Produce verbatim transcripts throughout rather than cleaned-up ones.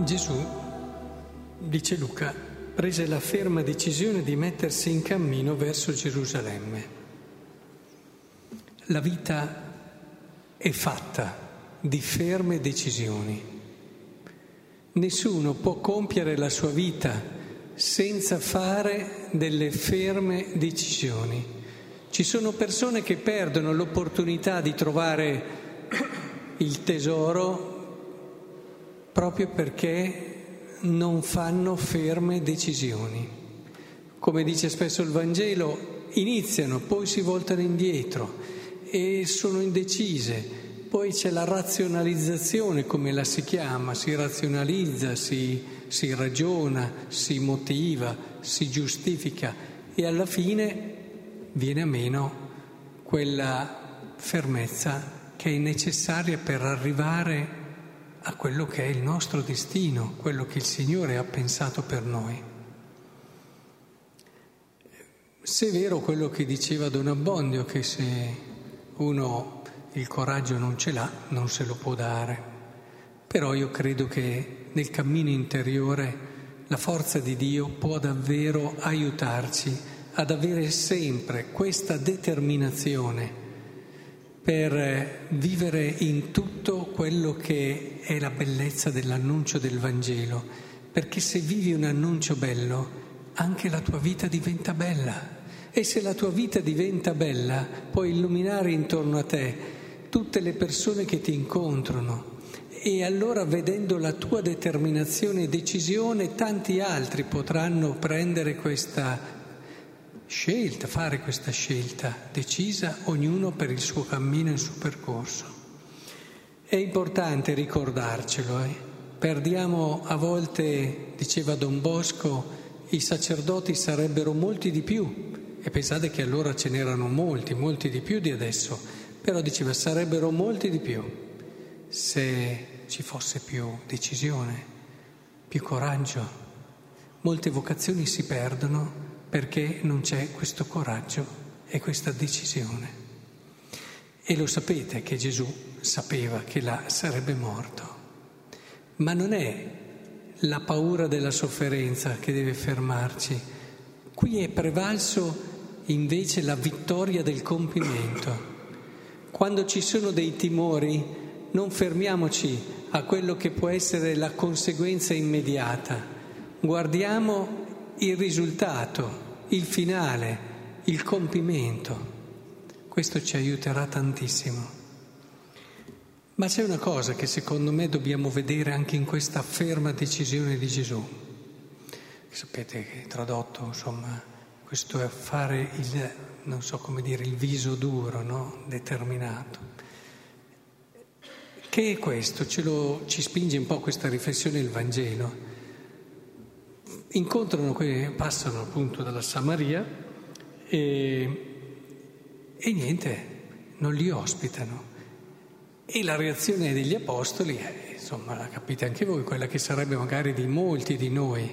Gesù, dice Luca, prese la ferma decisione di mettersi in cammino verso Gerusalemme. La vita è fatta di ferme decisioni. Nessuno può compiere la sua vita senza fare delle ferme decisioni. Ci sono persone che perdono l'opportunità di trovare il tesoro proprio perché non fanno ferme decisioni. Come dice spesso il Vangelo, iniziano, poi si voltano indietro e sono indecise. Poi c'è la razionalizzazione, come la si chiama, si razionalizza, si, si ragiona, si motiva, si giustifica e alla fine viene a meno quella fermezza che è necessaria per arrivare a quello che è il nostro destino, quello che il Signore ha pensato per noi. Se è vero quello che diceva Don Abbondio, che se uno il coraggio non ce l'ha, non se lo può dare, però io credo che nel cammino interiore la forza di Dio può davvero aiutarci ad avere sempre questa determinazione per vivere in tutto quello che è la bellezza dell'annuncio del Vangelo, perché se vivi un annuncio bello, anche la tua vita diventa bella. E se la tua vita diventa bella, puoi illuminare intorno a te tutte le persone che ti incontrano. E allora, vedendo la tua determinazione e decisione, tanti altri potranno prendere questa scelta, fare questa scelta decisa, ognuno per il suo cammino e il suo percorso. È importante ricordarcelo, eh? Perdiamo a volte, diceva Don Bosco, i sacerdoti sarebbero molti di più, e pensate che allora ce n'erano molti, molti di più di adesso, però diceva sarebbero molti di più se ci fosse più decisione, più coraggio. Molte vocazioni si perdono perché non c'è questo coraggio e questa decisione. E lo sapete che Gesù sapeva che là sarebbe morto. Ma non è la paura della sofferenza che deve fermarci. Qui è prevalso invece la vittoria del compimento. Quando ci sono dei timori, non fermiamoci a quello che può essere la conseguenza immediata. Guardiamo il risultato, il finale, il compimento. Questo ci aiuterà tantissimo. Ma c'è una cosa che secondo me dobbiamo vedere anche in questa ferma decisione di Gesù. Sapete che tradotto, insomma, questo è fare il, non so come dire, il viso duro, no? Determinato. Che è questo? Ce lo, ci spinge un po' questa riflessione il Vangelo. Incontrano, passano appunto dalla Samaria e, e niente, non li ospitano. E la reazione degli apostoli, è, insomma, la capite anche voi, quella che sarebbe magari di molti di noi.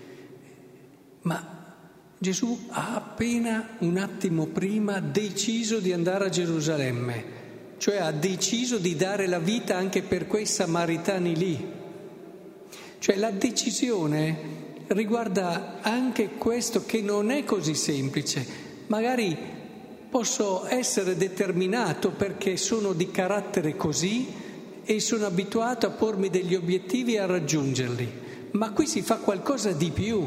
Ma Gesù ha appena un attimo prima deciso di andare a Gerusalemme, cioè ha deciso di dare la vita anche per quei samaritani lì. Cioè la decisione riguarda anche questo che non è così semplice. Magari posso essere determinato perché sono di carattere così e sono abituato a pormi degli obiettivi e a raggiungerli, ma qui si fa qualcosa di più.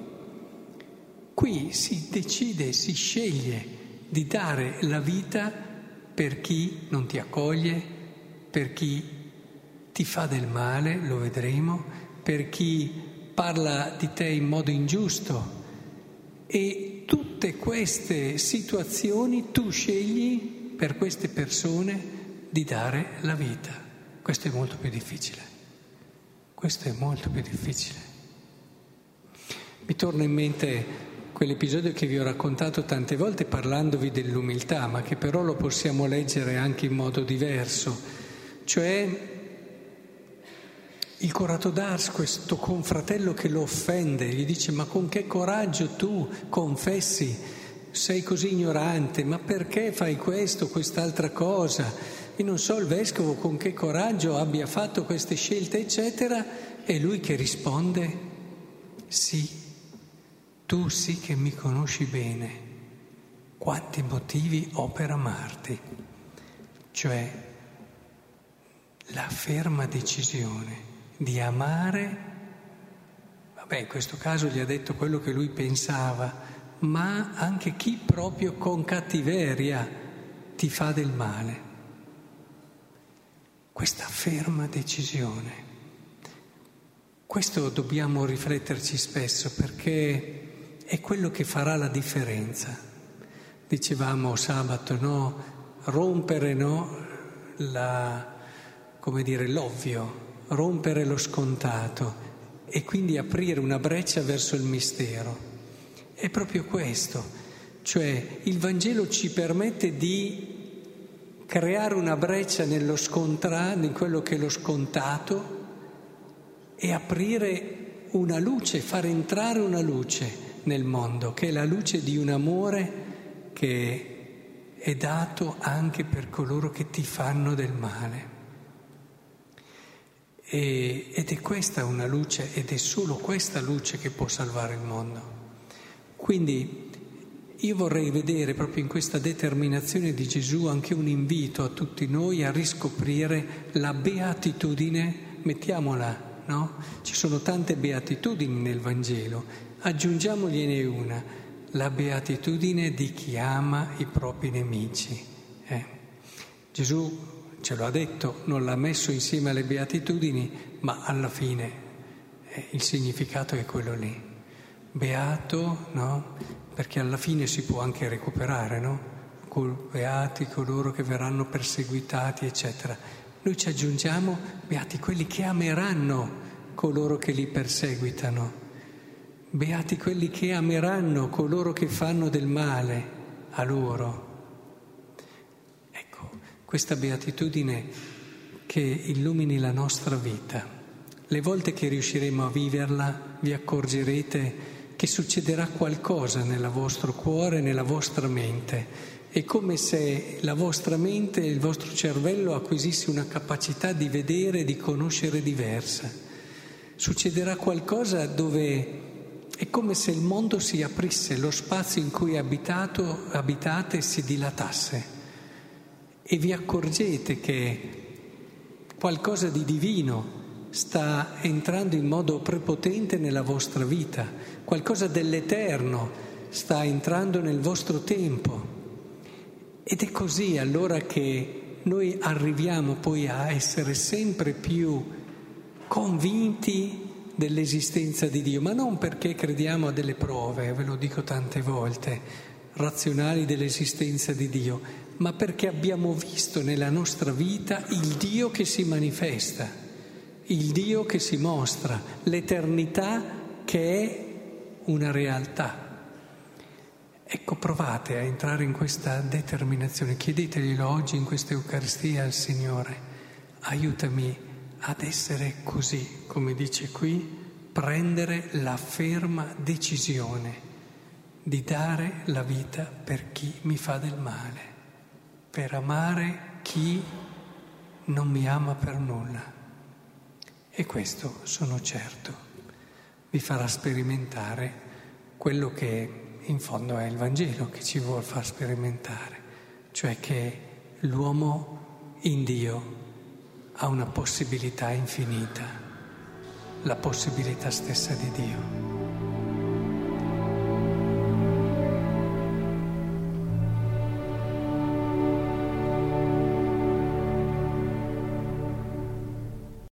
Qui si decide, si sceglie di dare la vita per chi non ti accoglie, per chi ti fa del male, lo vedremo, per chi parla di te in modo ingiusto. E tutte queste situazioni tu scegli per queste persone di dare la vita. Questo è molto più difficile. Questo è molto più difficile. Mi torna in mente quell'episodio che vi ho raccontato tante volte parlandovi dell'umiltà, ma che però lo possiamo leggere anche in modo diverso. Cioè il Corato d'Ars, questo confratello che lo offende, gli dice: ma con che coraggio tu confessi? Sei così ignorante, ma perché fai questo, quest'altra cosa? e non so il vescovo con che coraggio abbia fatto queste scelte, eccetera, e lui che risponde: sì, tu sì che mi conosci bene, quanti motivi ho per amarti. Cioè la ferma decisione di amare, vabbè, in questo caso gli ha detto quello che lui pensava, ma anche chi proprio con cattiveria ti fa del male. Questa ferma decisione. Questo dobbiamo rifletterci spesso, perché è quello che farà la differenza. Dicevamo sabato, no? Rompere, no? La, come dire, l'ovvio, rompere lo scontato e quindi aprire una breccia verso il mistero. È proprio questo, cioè il Vangelo ci permette di creare una breccia nello scontrato, in quello che è lo scontato, e aprire una luce, far entrare una luce nel mondo, che è la luce di un amore che è dato anche per coloro che ti fanno del male. E, ed è questa una luce, ed è solo questa luce che può salvare il mondo. Quindi io vorrei vedere proprio in questa determinazione di Gesù anche un invito a tutti noi a riscoprire la beatitudine, mettiamola, no? Ci sono tante beatitudini nel Vangelo, aggiungiamogliene una, la beatitudine di chi ama i propri nemici. Eh. Gesù ce lo ha detto, non l'ha messo insieme alle beatitudini, ma alla fine eh, il significato è quello lì. Beato, no? Perché alla fine si può anche recuperare, no? Beati coloro che verranno perseguitati, eccetera. Noi ci aggiungiamo, beati quelli che ameranno coloro che li perseguitano. Beati quelli che ameranno coloro che fanno del male a loro. Ecco, questa beatitudine che illumini la nostra vita. Le volte che riusciremo a viverla, vi accorgerete che succederà qualcosa nel vostro cuore, nella vostra mente. È come se la vostra mente e il vostro cervello acquisisse una capacità di vedere e di conoscere diversa. Succederà qualcosa dove è come se il mondo si aprisse, lo spazio in cui abitato, abitate si dilatasse e vi accorgete che qualcosa di divino sta entrando in modo prepotente nella vostra vita, qualcosa dell'eterno sta entrando nel vostro tempo. Ed è così allora che noi arriviamo poi a essere sempre più convinti dell'esistenza di Dio, ma non perché crediamo a delle prove, ve lo dico tante volte, razionali dell'esistenza di Dio, ma perché abbiamo visto nella nostra vita il Dio che si manifesta, il Dio che si mostra, l'eternità che è una realtà. Ecco, provate a entrare in questa determinazione, chiedeteglielo oggi in questa Eucaristia al Signore, aiutami ad essere così, come dice qui, prendere la ferma decisione di dare la vita per chi mi fa del male, per amare chi non mi ama per nulla. E questo, sono certo, vi farà sperimentare quello che in fondo è il Vangelo che ci vuol far sperimentare, cioè che l'uomo in Dio ha una possibilità infinita, la possibilità stessa di Dio.